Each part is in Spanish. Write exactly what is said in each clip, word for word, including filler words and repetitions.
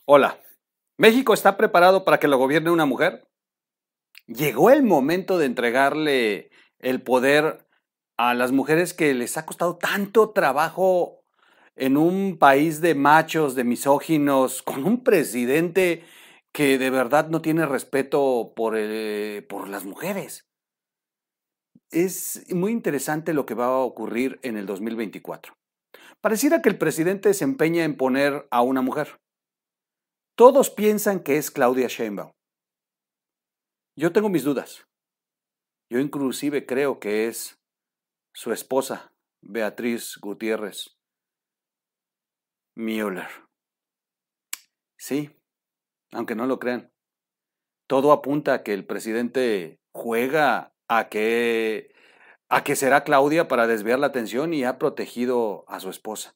Hola, ¿México está preparado para que lo gobierne una mujer? Llegó el momento de entregarle el poder a las mujeres que les ha costado tanto trabajo en un país de machos, de misóginos, con un presidente que de verdad no tiene respeto por, eh, por las mujeres. Es muy interesante lo que va a ocurrir en el dos mil veinticuatro. Pareciera que el presidente se empeña en poner a una mujer. Todos piensan que es Claudia Sheinbaum. Yo tengo mis dudas. Yo inclusive creo que es su esposa, Beatriz Gutiérrez Müller. Sí, aunque no lo crean. Todo apunta a que el presidente juega a que a que será Claudia para desviar la atención y ha protegido a su esposa.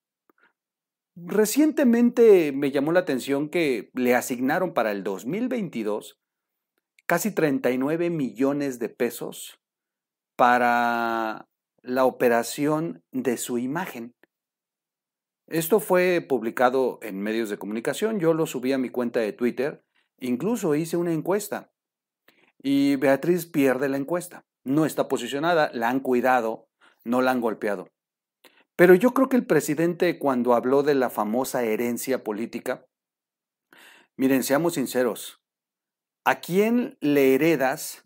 Recientemente me llamó la atención que le asignaron para el dos mil veintidós casi treinta y nueve millones de pesos para la operación de su imagen. Esto fue publicado en medios de comunicación, yo lo subí a mi cuenta de Twitter, incluso hice una encuesta y Beatriz pierde la encuesta. No está posicionada, la han cuidado, no la han golpeado. Pero yo creo que el presidente, cuando habló de la famosa herencia política, miren, seamos sinceros, ¿a quién le heredas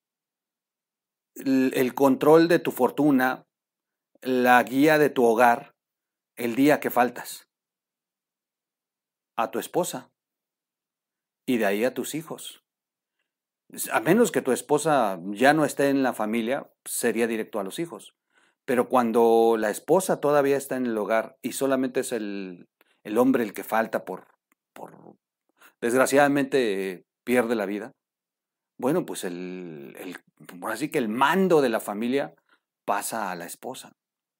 el control de tu fortuna, la guía de tu hogar, el día que faltas? A tu esposa y de ahí a tus hijos. A menos que tu esposa ya no esté en la familia, sería directo a los hijos. Pero cuando la esposa todavía está en el hogar y solamente es el, el hombre el que falta por, por desgraciadamente pierde la vida, bueno, pues el, el, así que el mando de la familia pasa a la esposa.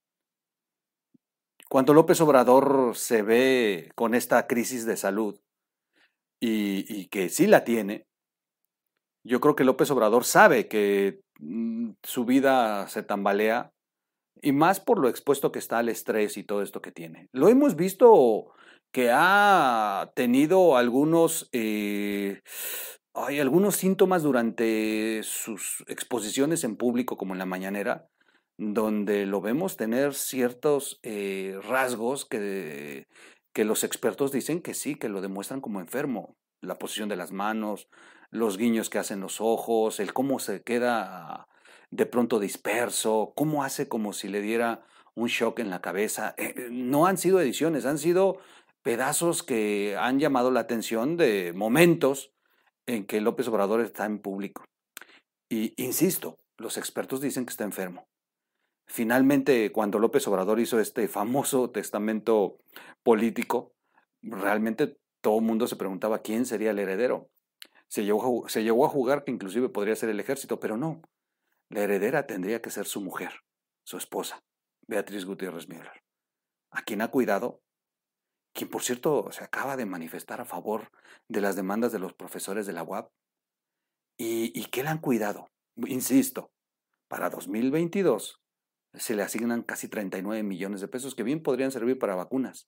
Cuando López Obrador se ve con esta crisis de salud y, y que sí la tiene, yo creo que López Obrador sabe que mm, su vida se tambalea y más por lo expuesto que está al estrés y todo esto que tiene. Lo hemos visto que ha tenido algunos, eh, hay algunos síntomas durante sus exposiciones en público, como en la mañanera, donde lo vemos tener ciertos eh, rasgos que, que los expertos dicen que sí, que lo demuestran como enfermo. La posición de las manos, los guiños que hacen los ojos, el cómo se queda de pronto disperso, cómo hace como si le diera un shock en la cabeza. Eh, no han sido ediciones, han sido pedazos que han llamado la atención de momentos en que López Obrador está en público. Y insisto, los expertos dicen que está enfermo. Finalmente, cuando López Obrador hizo este famoso testamento político, realmente todo el mundo se preguntaba quién sería el heredero. Se llegó, se llegó a jugar que inclusive podría ser el ejército, pero no. La heredera tendría que ser su mujer, su esposa, Beatriz Gutiérrez Müller, a quien ha cuidado, quien por cierto se acaba de manifestar a favor de las demandas de los profesores de la U A P. ¿Y, y qué le han cuidado? Insisto, para dos mil veintidós se le asignan casi treinta y nueve millones de pesos que bien podrían servir para vacunas.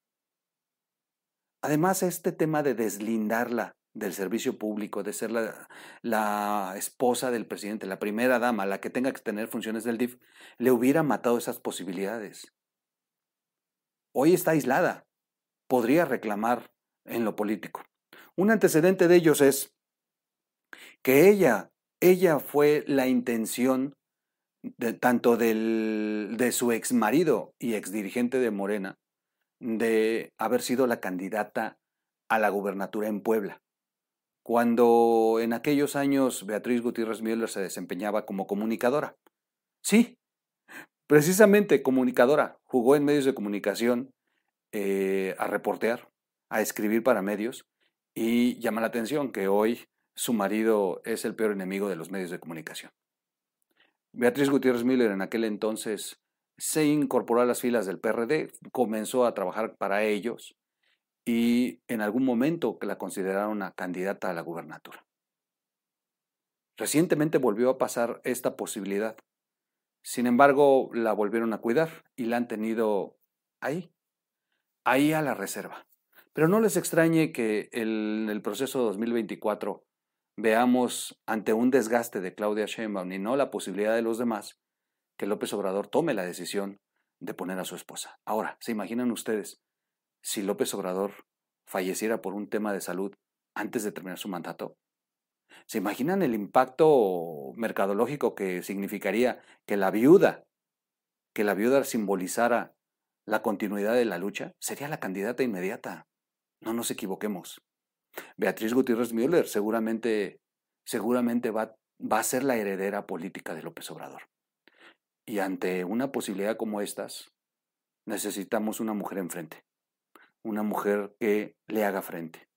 Además, este tema de deslindarla del servicio público, de ser la, la, esposa del presidente, la primera dama, la que tenga que tener funciones del D I F, le hubiera matado esas posibilidades. Hoy está aislada, podría reclamar en lo político. Un antecedente de ellos es que ella, ella fue la intención de, tanto del, de su ex marido y ex dirigente de Morena, de haber sido la candidata a la gubernatura en Puebla. Cuando en aquellos años Beatriz Gutiérrez Müller se desempeñaba como comunicadora. Sí, precisamente comunicadora. Jugó en medios de comunicación eh, a reportear, a escribir para medios y llama la atención que hoy su marido es el peor enemigo de los medios de comunicación. Beatriz Gutiérrez Müller en aquel entonces se incorporó a las filas del P R D, comenzó a trabajar para ellos y en algún momento la consideraron una candidata a la gubernatura. Recientemente volvió a pasar esta posibilidad. Sin embargo, la volvieron a cuidar y la han tenido ahí, ahí a la reserva. Pero no les extrañe que el, el proceso dos mil veinticuatro veamos ante un desgaste de Claudia Sheinbaum y no la posibilidad de los demás, que López Obrador tome la decisión de poner a su esposa. Ahora, ¿se imaginan ustedes si López Obrador falleciera por un tema de salud antes de terminar su mandato? ¿Se imaginan el impacto mercadológico que significaría que la viuda, que la viuda simbolizara la continuidad de la lucha? Sería la candidata inmediata. No nos equivoquemos. Beatriz Gutiérrez Müller seguramente, seguramente va, va a ser la heredera política de López Obrador. Y ante una posibilidad como estas, necesitamos una mujer enfrente, una mujer que le haga frente.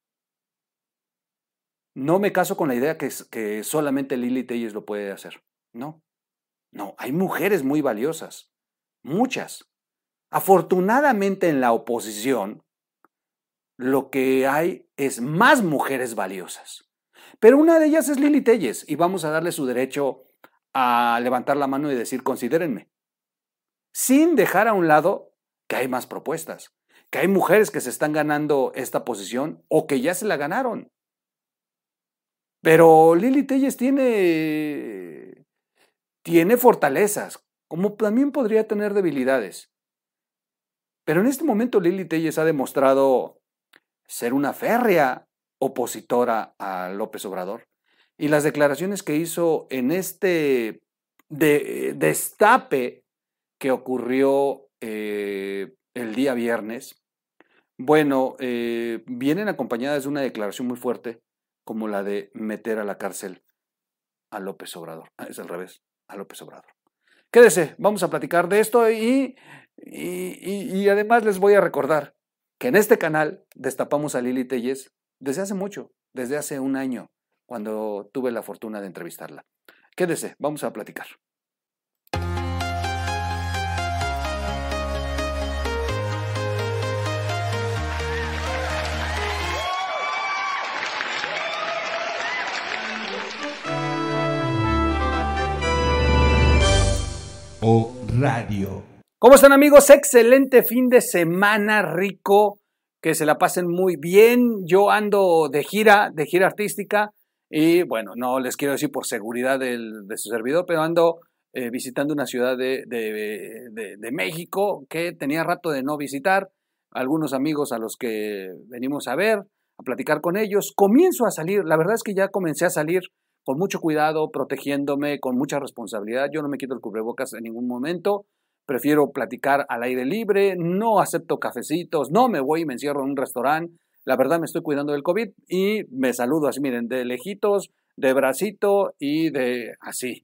No me caso con la idea que, que solamente Lili Téllez lo puede hacer. No, no, hay mujeres muy valiosas, muchas. Afortunadamente en la oposición, lo que hay es más mujeres valiosas. Pero una de ellas es Lili Téllez y vamos a darle su derecho a levantar la mano y decir, considérenme. Sin dejar a un lado que hay más propuestas, que hay mujeres que se están ganando esta posición o que ya se la ganaron. Pero Lili Téllez tiene, tiene fortalezas, como también podría tener debilidades. Pero en este momento Lili Téllez ha demostrado ser una férrea opositora a López Obrador. Y las declaraciones que hizo en este de, destape que ocurrió eh, el día viernes, bueno, eh, vienen acompañadas de una declaración muy fuerte, como la de meter a la cárcel a López Obrador. Ah, es al revés, a López Obrador. Quédese, vamos a platicar de esto y, y, y, y además les voy a recordar que en este canal destapamos a Lili Téllez desde hace mucho, desde hace un año, cuando tuve la fortuna de entrevistarla. Quédese, vamos a platicar. O Radio. ¿Cómo están, amigos? Excelente fin de semana rico, que se la pasen muy bien. Yo ando de gira, de gira artística y bueno, no les quiero decir por seguridad del, de su servidor, pero ando eh, visitando una ciudad de, de, de, de México que tenía rato de no visitar. Algunos amigos a los que venimos a ver, a platicar con ellos. Comienzo a salir, la verdad es que ya comencé a salir con mucho cuidado, protegiéndome, con mucha responsabilidad. Yo no me quito el cubrebocas en ningún momento. Prefiero platicar al aire libre, no acepto cafecitos, no me voy y me encierro en un restaurante. La verdad me estoy cuidando del COVID y me saludo así, miren, de lejitos, de bracito y de así.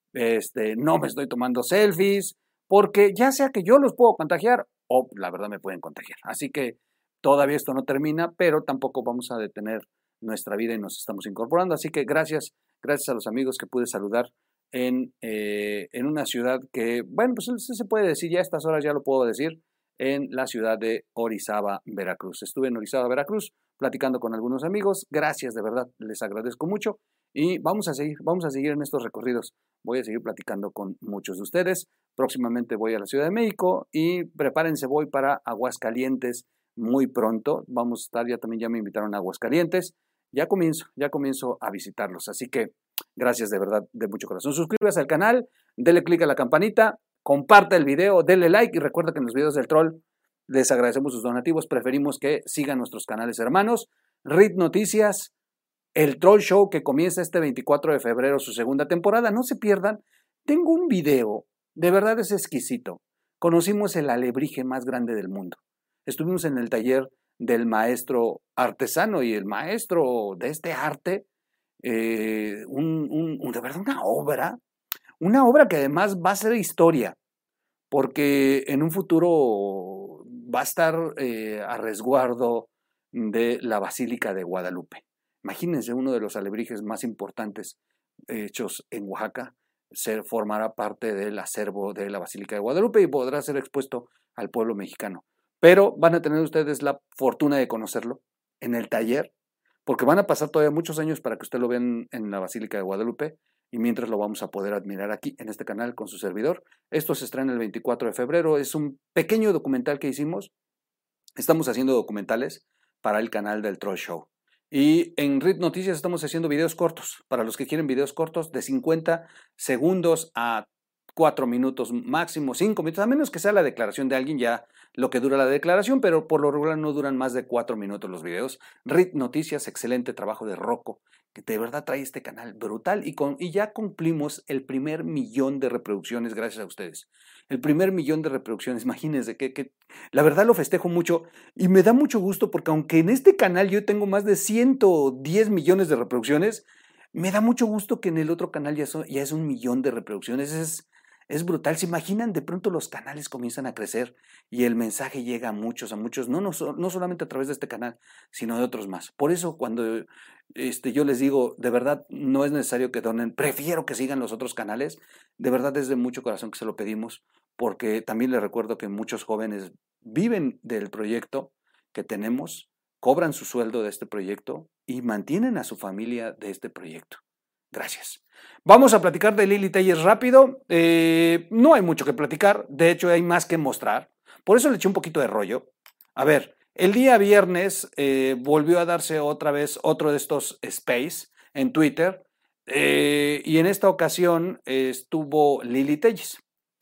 Este, no me estoy tomando selfies porque ya sea que yo los puedo contagiar o la verdad me pueden contagiar. Así que todavía esto no termina, pero tampoco vamos a detener nuestra vida y nos estamos incorporando. Así que gracias, gracias a los amigos que pude saludar en, eh, en una ciudad que, bueno, pues se puede decir, ya a estas horas ya lo puedo decir, en la ciudad de Orizaba, Veracruz. Estuve en Orizaba, Veracruz, platicando con algunos amigos. Gracias, de verdad, les agradezco mucho. Y vamos a seguir, vamos a seguir en estos recorridos. Voy a seguir platicando con muchos de ustedes. Próximamente voy a la Ciudad de México y prepárense, voy para Aguascalientes muy pronto. Vamos a estar, ya también ya me invitaron a Aguascalientes. Ya comienzo, ya comienzo a visitarlos. Así que gracias de verdad, de mucho corazón. Suscríbase al canal, dele click a la campanita, comparta el video, denle like y recuerda que en los videos del troll les agradecemos sus donativos. Preferimos que sigan nuestros canales hermanos. R I T Noticias, el Troll Show que comienza este veinticuatro de febrero su segunda temporada. No se pierdan. Tengo un video, de verdad es exquisito. Conocimos el alebrije más grande del mundo. Estuvimos en el taller del maestro artesano y el maestro de este arte, eh, un, un, un, de verdad una obra, una obra que además va a ser historia, porque en un futuro va a estar eh, a resguardo de la Basílica de Guadalupe. Imagínense, uno de los alebrijes más importantes hechos en Oaxaca se formará parte del acervo de la Basílica de Guadalupe y podrá ser expuesto al pueblo mexicano. Pero van a tener ustedes la fortuna de conocerlo en el taller, porque van a pasar todavía muchos años para que usted lo vean en la Basílica de Guadalupe y mientras lo vamos a poder admirar aquí en este canal con su servidor. Esto se estrena el veinticuatro de febrero, es un pequeño documental que hicimos. Estamos haciendo documentales para el canal del Troll Show. Y en R I T Noticias estamos haciendo videos cortos, para los que quieren videos cortos de cincuenta segundos a cuatro minutos máximo, cinco minutos, a menos que sea la declaración de alguien, ya lo que dura la declaración, pero por lo regular no duran más de cuatro minutos los videos. R I T Noticias, excelente trabajo de Rocco, que de verdad trae este canal brutal y, con, y ya cumplimos el primer millón de reproducciones gracias a ustedes. El primer millón de reproducciones, imagínense que, que la verdad lo festejo mucho y me da mucho gusto porque aunque en este canal yo tengo más de ciento diez millones de reproducciones, me da mucho gusto que en el otro canal ya, son, ya es un millón de reproducciones. Es, es brutal. ¿Se imaginan? De pronto los canales comienzan a crecer y el mensaje llega a muchos, a muchos, no, no, no solamente a través de este canal, sino de otros más. Por eso cuando este, yo les digo, de verdad no es necesario que donen, prefiero que sigan los otros canales, de verdad es de mucho corazón que se lo pedimos, porque también les recuerdo que muchos jóvenes viven del proyecto que tenemos, cobran su sueldo de este proyecto y mantienen a su familia de este proyecto. Gracias. Vamos a platicar de Lili Telles rápido. Eh, no hay mucho que platicar, de hecho hay más que mostrar. Por eso le eché un poquito de rollo. A ver, el día viernes eh, volvió a darse otra vez otro de estos space en Twitter eh, y en esta ocasión eh, estuvo Lili Telles.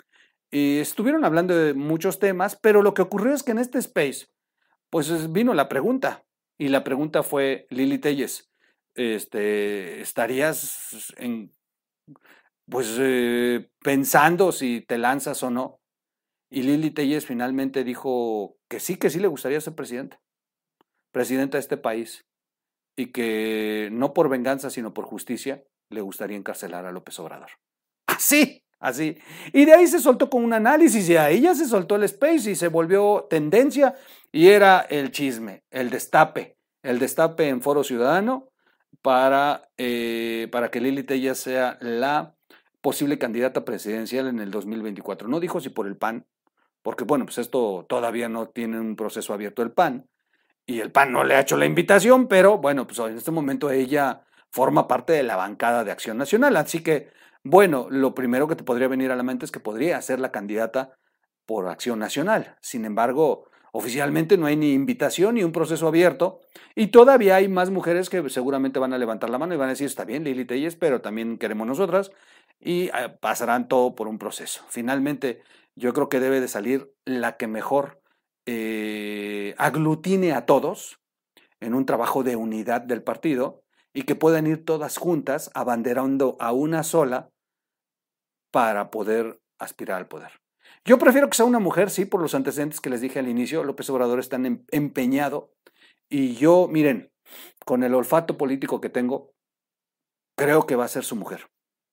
Y estuvieron hablando de muchos temas, pero lo que ocurrió es que en este space pues vino la pregunta y la pregunta fue, Lili Telles, este, ¿estarías en, pues, eh, pensando si te lanzas o no? Y Lili Telles finalmente dijo que sí, que sí le gustaría ser presidenta, presidenta de este país, y que no por venganza, sino por justicia, le gustaría encarcelar a López Obrador. ¡Así! Así. Y de ahí se soltó con un análisis y ahí ya se soltó el space y se volvió tendencia y era el chisme, el destape, el destape en Foro Ciudadano para, eh, para que Lili Telles sea la posible candidata presidencial en el dos mil veinticuatro. No dijo si por el P A N, porque bueno, pues esto todavía no tiene un proceso abierto el P A N y el P A N no le ha hecho la invitación, pero bueno, pues en este momento ella forma parte de la bancada de Acción Nacional, así que bueno, lo primero que te podría venir a la mente es que podría ser la candidata por Acción Nacional. Sin embargo, oficialmente no hay ni invitación ni un proceso abierto y todavía hay más mujeres que seguramente van a levantar la mano y van a decir, está bien, Lili Telles, pero también queremos nosotras y pasarán todo por un proceso. Finalmente, yo creo que debe de salir la que mejor eh, aglutine a todos en un trabajo de unidad del partido y que puedan ir todas juntas abanderando a una sola para poder aspirar al poder. Yo prefiero que sea una mujer, sí, por los antecedentes que les dije al inicio. López Obrador está empeñado y yo, miren, con el olfato político que tengo, creo que va a ser su mujer.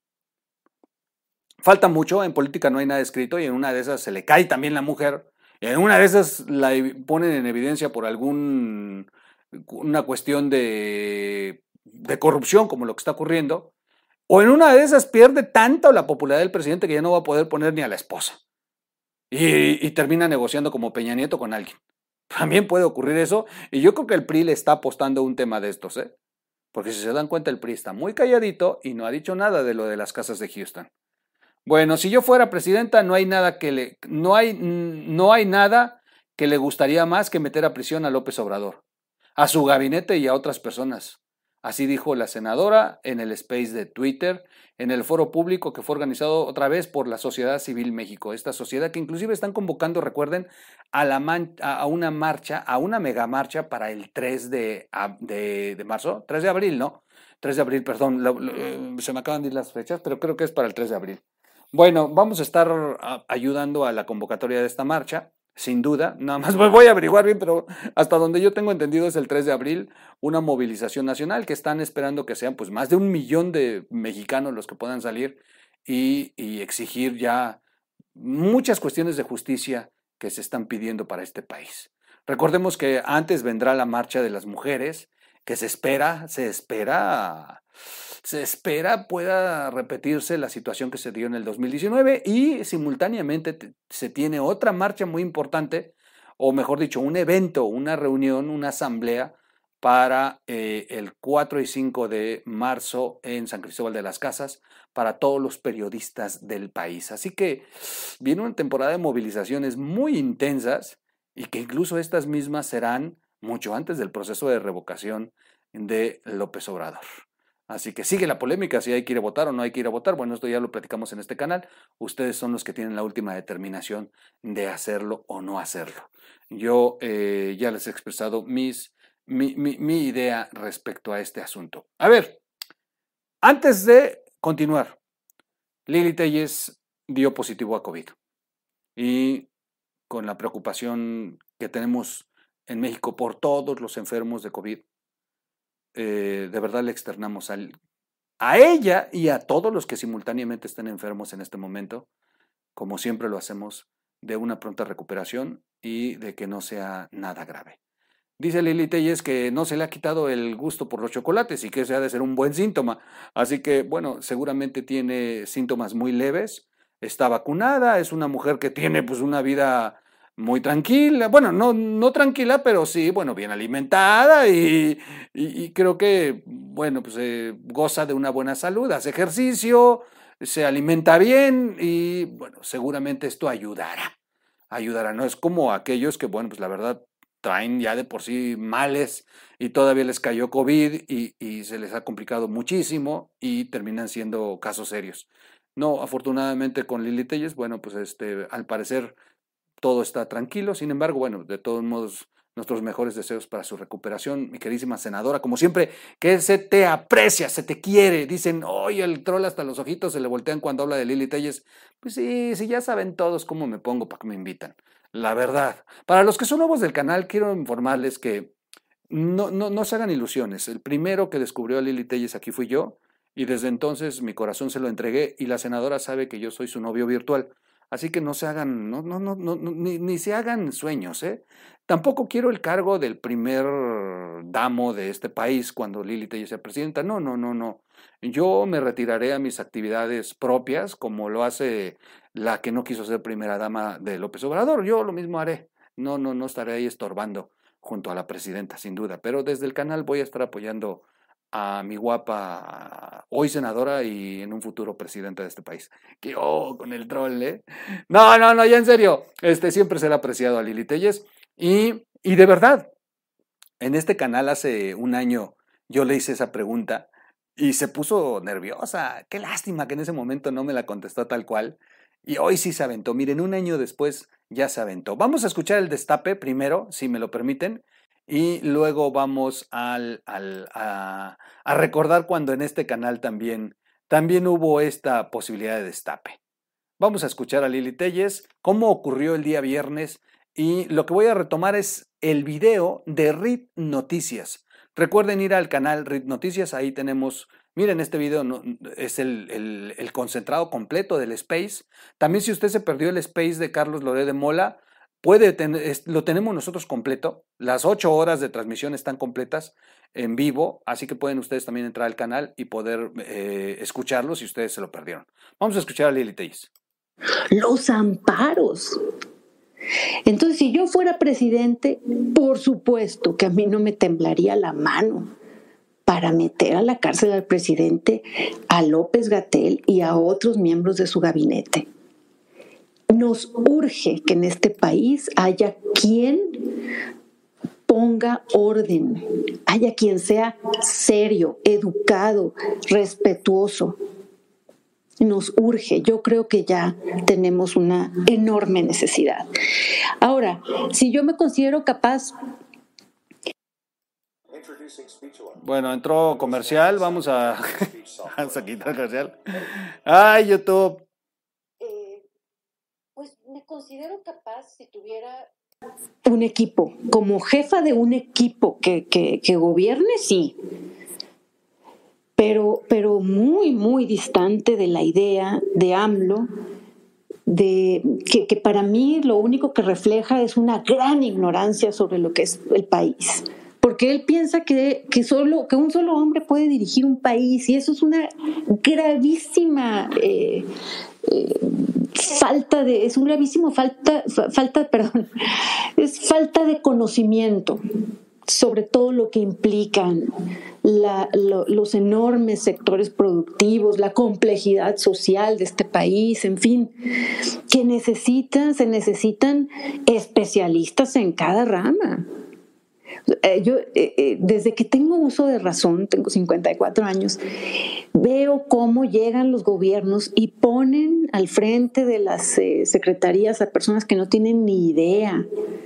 Falta mucho, en política no hay nada escrito y en una de esas se le cae también la mujer, y en una de esas la ponen en evidencia por algún, una cuestión de, de corrupción como lo que está ocurriendo. O en una de esas pierde tanto la popularidad del presidente que ya no va a poder poner ni a la esposa. Y, y termina negociando como Peña Nieto con alguien. También puede ocurrir eso. Y yo creo que el P R I le está apostando un tema de estos, ¿eh? Porque si se dan cuenta, el P R I está muy calladito y no ha dicho nada de lo de las casas de Houston. Bueno, si yo fuera presidenta, no hay nada que le, no hay, no hay nada que le gustaría más que meter a prisión a López Obrador, a su gabinete y a otras personas. Así dijo la senadora en el space de Twitter, en el foro público que fue organizado otra vez por la Sociedad Civil México. Esta sociedad que inclusive están convocando, recuerden, a, la man, a una marcha, a una megamarcha para el tres de, de, de marzo, tres de abril, ¿no? tres de abril, perdón, lo, lo, se me acaban de ir las fechas, pero creo que es para el tres de abril. Bueno, vamos a estar ayudando a la convocatoria de esta marcha. Sin duda, nada más voy a averiguar bien, pero hasta donde yo tengo entendido es el tres de abril, una movilización nacional que están esperando que sean pues más de un millón de mexicanos los que puedan salir y, y exigir ya muchas cuestiones de justicia que se están pidiendo para este país. Recordemos que antes vendrá la marcha de las mujeres, que se espera, se espera, se espera pueda repetirse la situación que se dio en el dos mil diecinueve y simultáneamente te, se tiene otra marcha muy importante, o mejor dicho, un evento, una reunión, una asamblea para eh, el cuatro y cinco de marzo en San Cristóbal de las Casas para todos los periodistas del país. Así que viene una temporada de movilizaciones muy intensas y que incluso estas mismas serán mucho antes del proceso de revocación de López Obrador. Así que sigue la polémica, si hay que ir a votar o no hay que ir a votar. Bueno, esto ya lo platicamos en este canal. Ustedes son los que tienen la última determinación de hacerlo o no hacerlo. Yo eh, ya les he expresado mis, mi, mi, mi idea respecto a este asunto. A ver, antes de continuar, Lili Téllez dio positivo a COVID. Y con la preocupación que tenemos en México por todos los enfermos de COVID, Eh, de verdad le externamos al, a ella y a todos los que simultáneamente estén enfermos en este momento, como siempre lo hacemos, de una pronta recuperación y de que no sea nada grave. Dice Lili Téllez que no se le ha quitado el gusto por los chocolates y que ese ha de ser un buen síntoma. Así que, bueno, seguramente tiene síntomas muy leves, está vacunada, es una mujer que tiene pues una vida muy tranquila, bueno, no, no tranquila, pero sí, bueno, bien alimentada y, y, y creo que, bueno, pues eh, goza de una buena salud, hace ejercicio, se alimenta bien y, bueno, seguramente esto ayudará, ayudará, no es como aquellos que, bueno, pues la verdad traen ya de por sí males y todavía les cayó COVID y, y se les ha complicado muchísimo y terminan siendo casos serios. No, afortunadamente con Lili Téllez, bueno, pues este, al parecer todo está tranquilo, sin embargo, bueno, de todos modos, nuestros mejores deseos para su recuperación, mi queridísima senadora, como siempre, que se te aprecia, se te quiere, dicen, oye, el troll hasta los ojitos se le voltean cuando habla de Lili Téllez, pues sí, sí, ya saben todos cómo me pongo para que me invitan, la verdad. Para los que son nuevos del canal, quiero informarles que no, no, no se hagan ilusiones, el primero que descubrió a Lili Téllez aquí fui yo, y desde entonces mi corazón se lo entregué, y la senadora sabe que yo soy su novio virtual. Así que no se hagan, no, no, no, no, ni, ni se hagan sueños, ¿eh? Tampoco quiero el cargo del primer damo de este país cuando Lili Téllez sea presidenta. No, no, no, no. Yo me retiraré a mis actividades propias, como lo hace la que no quiso ser primera dama de López Obrador. Yo lo mismo haré. No, no, no estaré ahí estorbando junto a la presidenta, sin duda. Pero desde el canal voy a estar apoyando a mi guapa, hoy senadora y en un futuro presidente de este país. Que oh, con el troll, ¿eh? No, no, no, ya en serio. Este, siempre se le ha apreciado a Lili Téllez. Y, y de verdad, en este canal hace un año yo le hice esa pregunta y se puso nerviosa. Qué lástima que en ese momento no me la contestó tal cual. Y hoy sí se aventó. Miren, un año después ya se aventó. Vamos a escuchar el destape primero, si me lo permiten. Y luego vamos al, al, a, a recordar cuando en este canal también, también hubo esta posibilidad de destape. Vamos a escuchar a Lili Téllez, cómo ocurrió el día viernes y lo que voy a retomar es el video de R I T Noticias. Recuerden ir al canal R I T Noticias, ahí tenemos, miren este video, no, es el, el, el concentrado completo del Space. También si usted se perdió el Space de Carlos Loret de Mola, Puede tener, lo tenemos nosotros completo, las ocho horas de transmisión están completas en vivo, así que pueden ustedes también entrar al canal y poder eh, escucharlo si ustedes se lo perdieron. Vamos a escuchar a Lili Téllez. Los amparos. Entonces, si yo fuera presidente, por supuesto que a mí no me temblaría la mano para meter a la cárcel al presidente, a López-Gatell y a otros miembros de su gabinete. Nos urge que en este país haya quien ponga orden, haya quien sea serio, educado, respetuoso. Nos urge, yo creo que ya tenemos una enorme necesidad. Ahora, si yo me considero capaz... Bueno, entró comercial, vamos a, vamos a quitar comercial. Ay, YouTube. Pues me considero capaz si tuviera un equipo, como jefa de un equipo que, que, que gobierne, sí, pero, pero muy, muy distante de la idea de AMLO, de, que, que para mí lo único que refleja es una gran ignorancia sobre lo que es el país. Porque él piensa que, que, solo, que un solo hombre puede dirigir un país y eso es una gravísima... Eh, eh, falta de, es un gravísimo falta, falta, perdón, es falta de conocimiento sobre todo lo que implican la, lo, los enormes sectores productivos, la complejidad social de este país, en fin, que necesitan, se necesitan especialistas en cada rama. Eh, yo, eh, eh, desde que tengo uso de razón, tengo cincuenta y cuatro años, veo cómo llegan los gobiernos y ponen al frente de las eh, secretarías a personas que no tienen ni idea.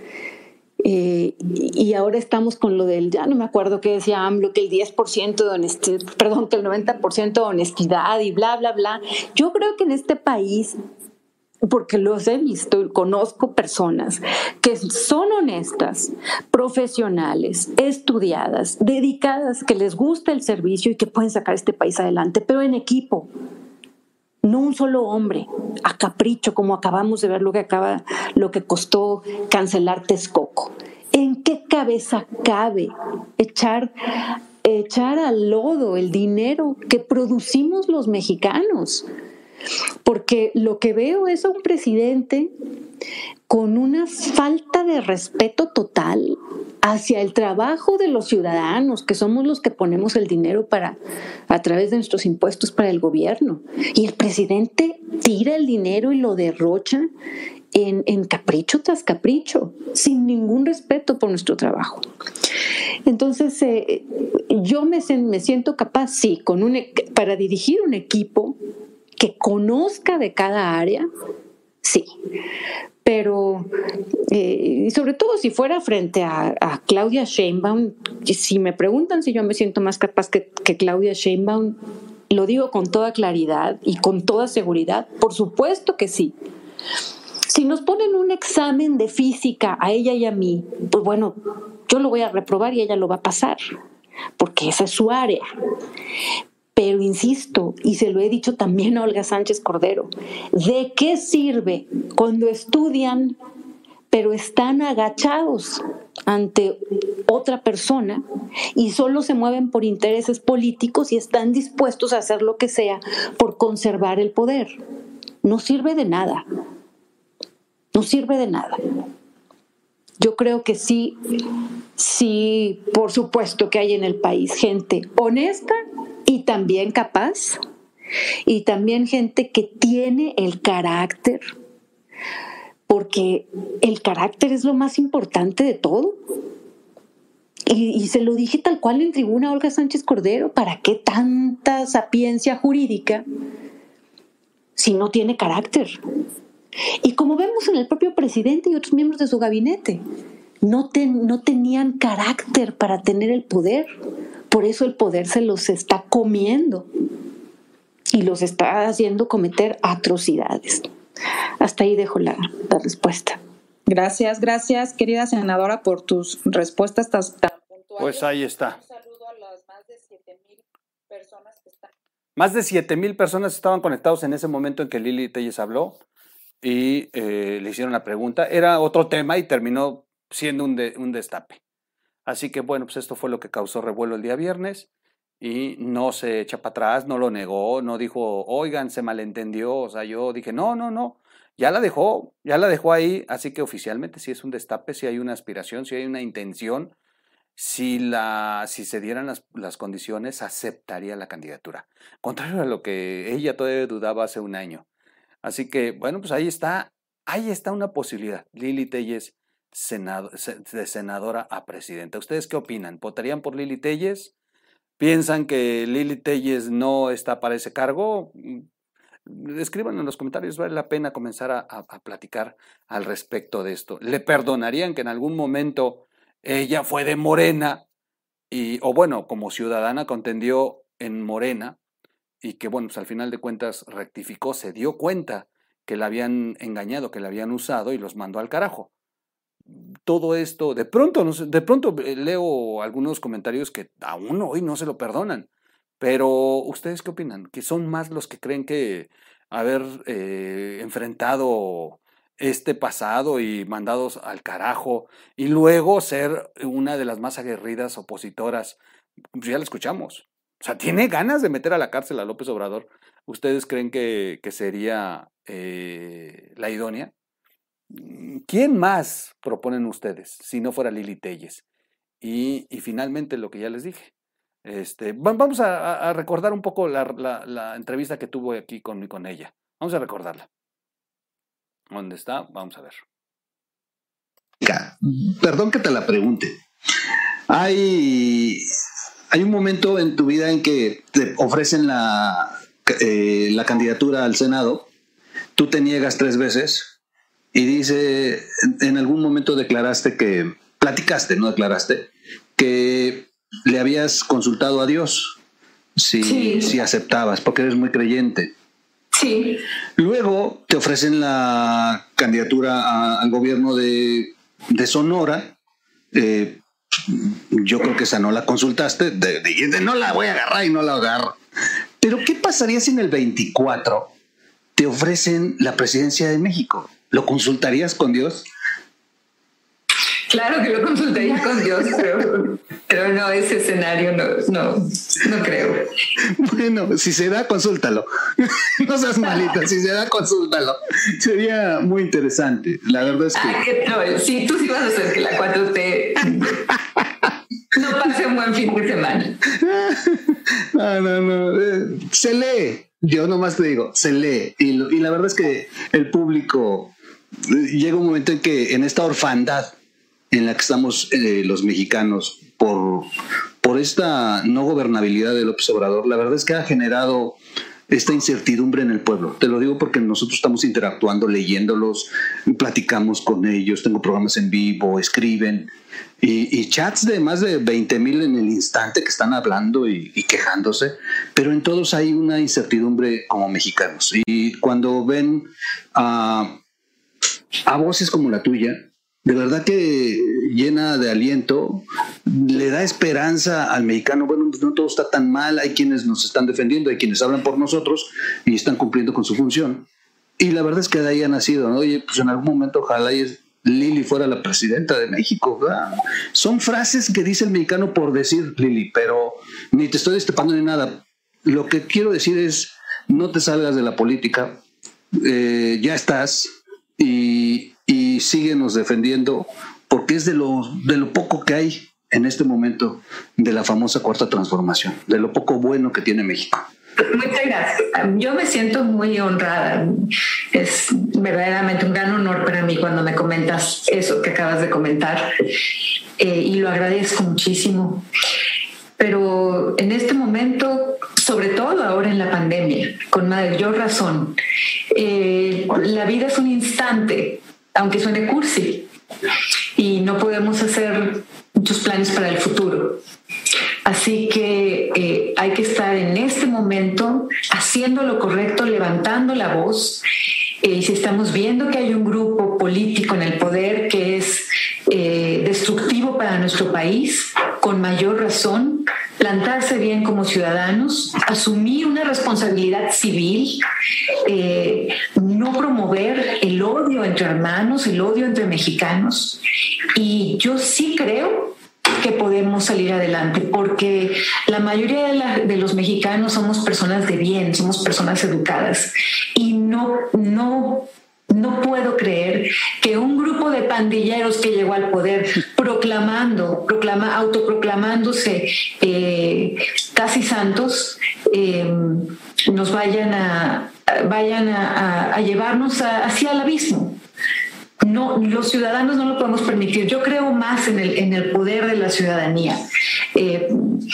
Eh, y ahora estamos con lo del, ya no me acuerdo qué decía AMLO, que el diez por ciento de honestidad, perdón, que el noventa por ciento de honestidad y bla, bla, bla. Yo creo que en este país, porque los he visto, conozco personas que son honestas, profesionales, estudiadas, dedicadas, que les gusta el servicio y que pueden sacar este país adelante, pero en equipo. No un solo hombre, a capricho, como acabamos de ver lo que acaba, lo que costó cancelar Texcoco. ¿En qué cabeza cabe echar, echar al lodo el dinero que producimos los mexicanos? Porque lo que veo es a un presidente con una falta de respeto total hacia el trabajo de los ciudadanos, que somos los que ponemos el dinero para, a través de nuestros impuestos para el gobierno. Y el presidente tira el dinero y lo derrocha en, en capricho tras capricho, sin ningún respeto por nuestro trabajo. Entonces, eh, yo me, me siento capaz, sí, con un, para dirigir un equipo que conozca de cada área, sí. Pero, eh, sobre todo si fuera frente a, a Claudia Sheinbaum, si me preguntan si yo me siento más capaz que, que Claudia Sheinbaum, lo digo con toda claridad y con toda seguridad, por supuesto que sí. Si nos ponen un examen de física a ella y a mí, pues bueno, yo lo voy a reprobar y ella lo va a pasar, porque esa es su área. Pero insisto, y se lo he dicho también a Olga Sánchez Cordero, ¿de qué sirve cuando estudian pero están agachados ante otra persona y solo se mueven por intereses políticos y están dispuestos a hacer lo que sea por conservar el poder? No sirve de nada. No sirve de nada. Yo creo que sí, sí, por supuesto que hay en el país gente honesta y también capaz, y también gente que tiene el carácter, porque el carácter es lo más importante de todo. Y, y se lo dije tal cual en tribuna a Olga Sánchez Cordero, ¿para qué tanta sapiencia jurídica si no tiene carácter? Y como vemos en el propio presidente y otros miembros de su gabinete, no, ten, no tenían carácter para tener el poder. Por eso el poder se los está comiendo y los está haciendo cometer atrocidades. Hasta ahí dejo la, la respuesta. Gracias, gracias, querida senadora, por tus respuestas tan, tan puntuales. Pues ahí está. Un saludo a las más de siete mil personas que están. Más de siete mil personas estaban conectados en ese momento en que Lili Téllez habló y eh, le hicieron la pregunta. Era otro tema y terminó siendo un, de, un destape. Así que bueno, pues esto fue lo que causó revuelo el día viernes y no se echa para atrás, no lo negó, no dijo, oigan, se malentendió. O sea, yo dije, no, no, no, ya la dejó, ya la dejó ahí. Así que oficialmente sí es un destape, sí hay una aspiración, sí hay una intención. Si, la, si se dieran las, las condiciones, aceptaría la candidatura. Contrario a lo que ella todavía dudaba hace un año. Así que, bueno, pues ahí está, ahí está una posibilidad. Lili Téllez, senado, de senadora a presidenta. ¿Ustedes qué opinan? ¿Votarían por Lili Téllez? ¿Piensan que Lili Téllez no está para ese cargo? Escriban en los comentarios, vale la pena comenzar a, a, a platicar al respecto de esto. ¿Le perdonarían que en algún momento ella fue de Morena y, o bueno, como ciudadana contendió en Morena y que bueno, pues al final de cuentas rectificó, se dio cuenta que la habían engañado, que la habían usado y los mandó al carajo? Todo esto, de pronto, no sé, de pronto leo algunos comentarios que aún hoy no se lo perdonan, pero ¿ustedes qué opinan? ¿Que son más los que creen que haber eh, enfrentado este pasado y mandados al carajo y luego ser una de las más aguerridas opositoras? Pues ya la escuchamos. O sea, tiene ganas de meter a la cárcel a López Obrador. ¿Ustedes creen que, que sería eh, la idónea? ¿Quién más proponen ustedes si no fuera Lili Téllez? Y, y finalmente lo que ya les dije. Este, vamos a, a recordar un poco la, la, la entrevista que tuvo aquí con, con ella. Vamos a recordarla. ¿Dónde está? Vamos a ver. Perdón que te la pregunte, Hay, hay un momento en tu vida en que te ofrecen la, eh, la candidatura al Senado, tú te niegas tres veces y dice, en algún momento declaraste que, platicaste, no declaraste, que le habías consultado a Dios si, sí. si aceptabas, porque eres muy creyente. Sí. Luego te ofrecen la candidatura a, al gobierno de, de Sonora. Eh, yo creo que esa no la consultaste. De, de, de, no la voy a agarrar y no la agarro. Pero ¿qué pasaría si en el veinticuatro te ofrecen la presidencia de México? ¿Lo consultarías con Dios? Claro que lo consultaría con Dios, pero, pero no, ese escenario no, no, no creo. Bueno, si se da, consúltalo. No seas malita, si se da, consúltalo. Sería muy interesante. La verdad es que... Ah, que no, sí, tú sí vas a hacer que la cuatro T no pase un buen fin de semana. No, no, no. Eh, se lee. Yo nomás te digo, se lee. Y, lo, y la verdad es que el público... Llega un momento en que en esta orfandad en la que estamos eh, los mexicanos por, por esta no gobernabilidad de López Obrador, la verdad es que ha generado esta incertidumbre en el pueblo. Te lo digo porque nosotros estamos interactuando, leyéndolos, platicamos con ellos, tengo programas en vivo, escriben, y, y chats de más de veinte mil en el instante que están hablando y, y quejándose, pero en todos hay una incertidumbre como mexicanos. Y cuando ven a, a voces como la tuya, de verdad que llena de aliento, le da esperanza al mexicano. Bueno, pues no todo está tan mal, hay quienes nos están defendiendo, hay quienes hablan por nosotros y están cumpliendo con su función. Y la verdad es que de ahí ha nacido, ¿no? Oye, pues en algún momento ojalá y Lili fuera la presidenta de México, ¿verdad? Son frases que dice el mexicano por decir, Lili, pero ni te estoy destapando ni nada. Lo que quiero decir es, no te salgas de la política, eh, ya estás, y... y síguenos defendiendo, porque es de lo, de lo poco que hay en este momento de la famosa cuarta transformación, de lo poco bueno que tiene México. Muchas gracias. Yo me siento muy honrada. Es verdaderamente un gran honor para mí cuando me comentas eso que acabas de comentar, eh, y lo agradezco muchísimo. Pero en este momento, sobre todo ahora en la pandemia, con mayor razón, eh, la vida es un instante, aunque suene cursi, y no podemos hacer muchos planes para el futuro. Así que eh, hay que estar en este momento haciendo lo correcto, levantando la voz. Eh, y si estamos viendo que hay un grupo político en el poder que es eh, destructivo para nuestro país, con mayor razón, plantarse bien como ciudadanos, asumir una responsabilidad civil, eh, no promover el odio entre hermanos, el odio entre mexicanos. Y yo sí creo que podemos salir adelante, porque la mayoría de, la, de los mexicanos somos personas de bien, somos personas educadas, y no, no, no puedo creer que un grupo de pandilleros que llegó al poder proclamando, proclama, autoproclamándose eh, casi santos, eh, nos vayan a, vayan a, a, a llevarnos a, hacia el abismo. No, los ciudadanos no lo podemos permitir. Yo creo más en el, en el poder de la ciudadanía, eh,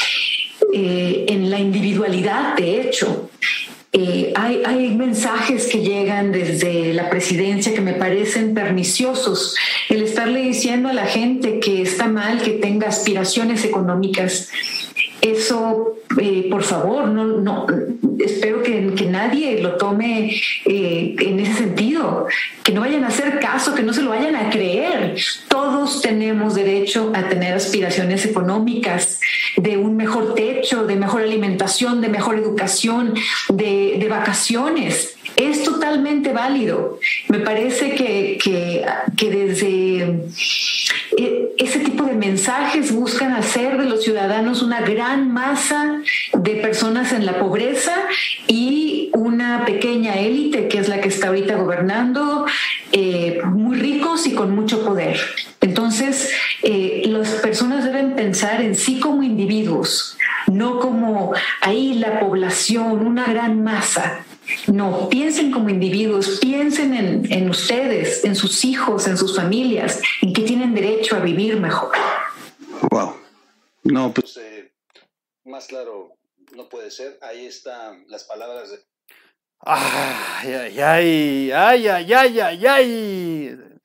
eh, en la individualidad, de hecho. Eh, hay, hay mensajes que llegan desde la presidencia que me parecen perniciosos. El estarle diciendo a la gente que está mal que tenga aspiraciones económicas, eso, eh, por favor, no, no, espero que, que nadie lo tome eh, en ese sentido, que no vayan a hacer caso, que no se lo vayan a creer. Todos tenemos derecho a tener aspiraciones económicas, de un mejor techo, de mejor alimentación, de mejor educación, de, de vacaciones. Es totalmente válido. Me parece que, que, que desde ese tipo de mensajes buscan hacer de los ciudadanos una gran masa de personas en la pobreza y una pequeña élite que es la que está ahorita gobernando, eh, muy ricos y con mucho poder. Entonces, eh, las personas deben pensar en sí como individuos, no como ahí la población, una gran masa. No, piensen como individuos, piensen en, en ustedes, en sus hijos, en sus familias, en que tienen derecho a vivir mejor. Wow. No, pues eh, más claro no puede ser. Ahí están las palabras de... Ay, ay, ay, ay, ay, ay, ay, ay.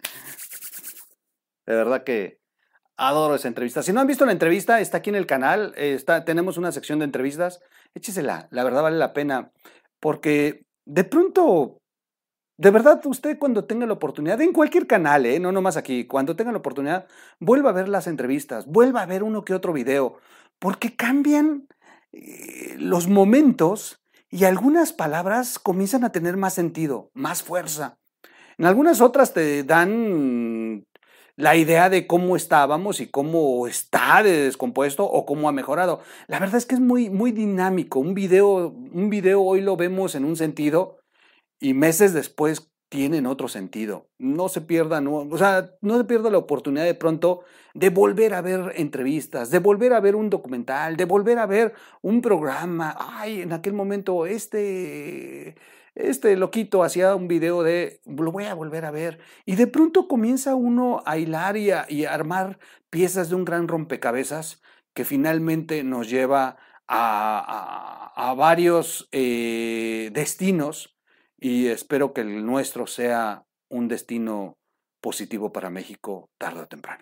De verdad que adoro esa entrevista. Si no han visto la entrevista, está aquí en el canal. Está, tenemos una sección de entrevistas. Échesela, la verdad vale la pena. Porque de pronto, de verdad, usted cuando tenga la oportunidad, en cualquier canal, ¿eh? No nomás aquí, cuando tenga la oportunidad, vuelva a ver las entrevistas, vuelva a ver uno que otro video, porque cambian eh, los momentos y algunas palabras comienzan a tener más sentido, más fuerza. En algunas otras te dan la idea de cómo estábamos y cómo está de descompuesto o cómo ha mejorado. La verdad es que es muy, muy dinámico. Un video, un video hoy lo vemos en un sentido y meses después tienen otro sentido. No se pierdan, no, o sea, no se pierda la oportunidad de pronto de volver a ver entrevistas, de volver a ver un documental, de volver a ver un programa. Ay, en aquel momento este, este loquito hacía un video de, lo voy a volver a ver. Y de pronto comienza uno a hilar y a, y a armar piezas de un gran rompecabezas que finalmente nos lleva a, a, a varios eh, destinos. Y espero que el nuestro sea un destino positivo para México tarde o temprano.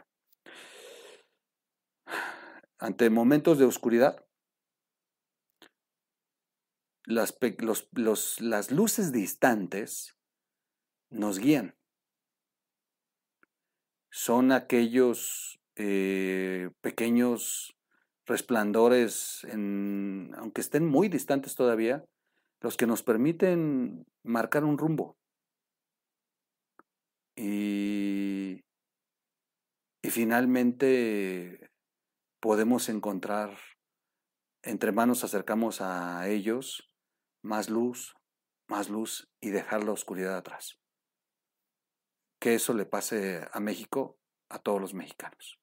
Ante momentos de oscuridad, las, los, los, las luces distantes nos guían. Son aquellos eh, pequeños resplandores, en, aunque estén muy distantes todavía, los que nos permiten marcar un rumbo. Y, y finalmente podemos encontrar, entre manos acercamos a ellos, más luz, más luz y dejar la oscuridad atrás. Que eso le pase a México, a todos los mexicanos.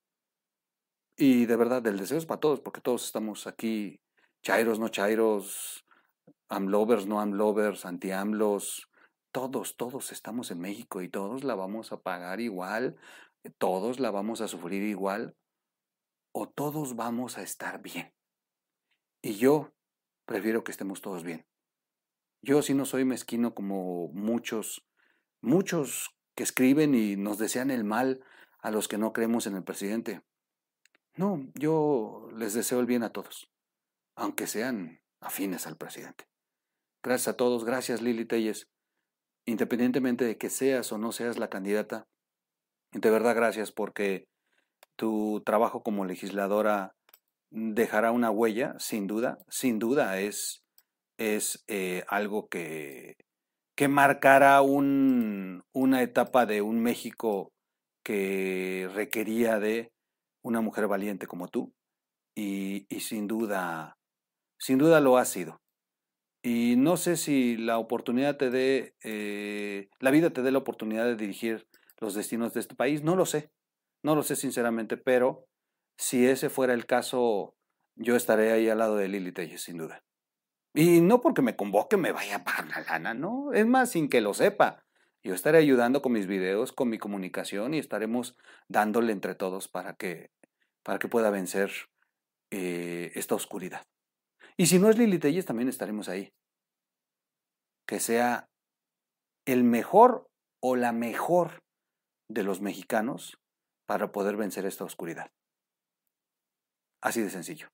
Y de verdad, el deseo es para todos, porque todos estamos aquí, chairos, no chairos, amlovers, no amlovers, anti-amlos, todos, todos estamos en México y todos la vamos a pagar igual, todos la vamos a sufrir igual, o todos vamos a estar bien. Y yo prefiero que estemos todos bien. Yo sí no soy mezquino como muchos, muchos que escriben y nos desean el mal a los que no creemos en el presidente. No, yo les deseo el bien a todos, aunque sean afines al presidente. Gracias a todos, gracias Lili Téllez. Independientemente de que seas o no seas la candidata, de verdad gracias porque tu trabajo como legisladora dejará una huella, sin duda, sin duda es, es eh, algo que, que marcará un, una etapa de un México que requería de una mujer valiente como tú y, y sin duda, sin duda lo ha sido. Y no sé si la oportunidad te dé, eh, la vida te dé la oportunidad de dirigir los destinos de este país, no lo sé, no lo sé sinceramente, pero si ese fuera el caso, yo estaré ahí al lado de Lili Téllez, sin duda. Y no porque me convoque me vaya a pagar la lana, no, es más, sin que lo sepa. Yo estaré ayudando con mis videos, con mi comunicación y estaremos dándole entre todos para que, para que pueda vencer eh, esta oscuridad. Y si no es Lili Téllez, también estaremos ahí. Que sea el mejor o la mejor de los mexicanos para poder vencer esta oscuridad. Así de sencillo.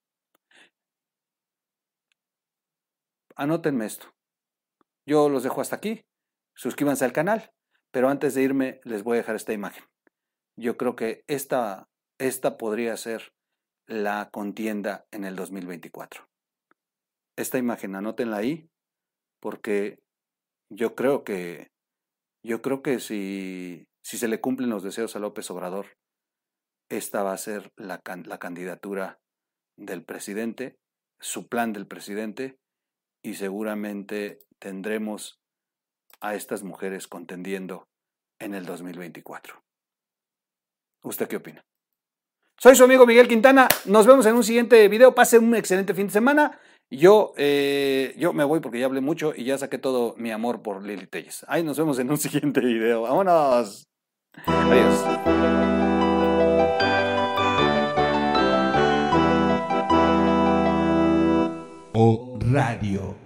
Anótenme esto. Yo los dejo hasta aquí. Suscríbanse al canal. Pero antes de irme, les voy a dejar esta imagen. Yo creo que esta, esta podría ser la contienda en el dos mil veinticuatro. Esta imagen, anótenla ahí, porque yo creo que, yo creo que si, si se le cumplen los deseos a López Obrador, esta va a ser la, la candidatura del presidente, su plan del presidente, y seguramente tendremos a estas mujeres contendiendo en el dos mil veinticuatro. ¿Usted qué opina? Soy su amigo Miguel Quintana, nos vemos en un siguiente video, pasen un excelente fin de semana. Yo, eh, yo me voy porque ya hablé mucho y ya saqué todo mi amor por Lili Téllez. Ahí nos vemos en un siguiente video. ¡Vámonos! Adiós. Radio.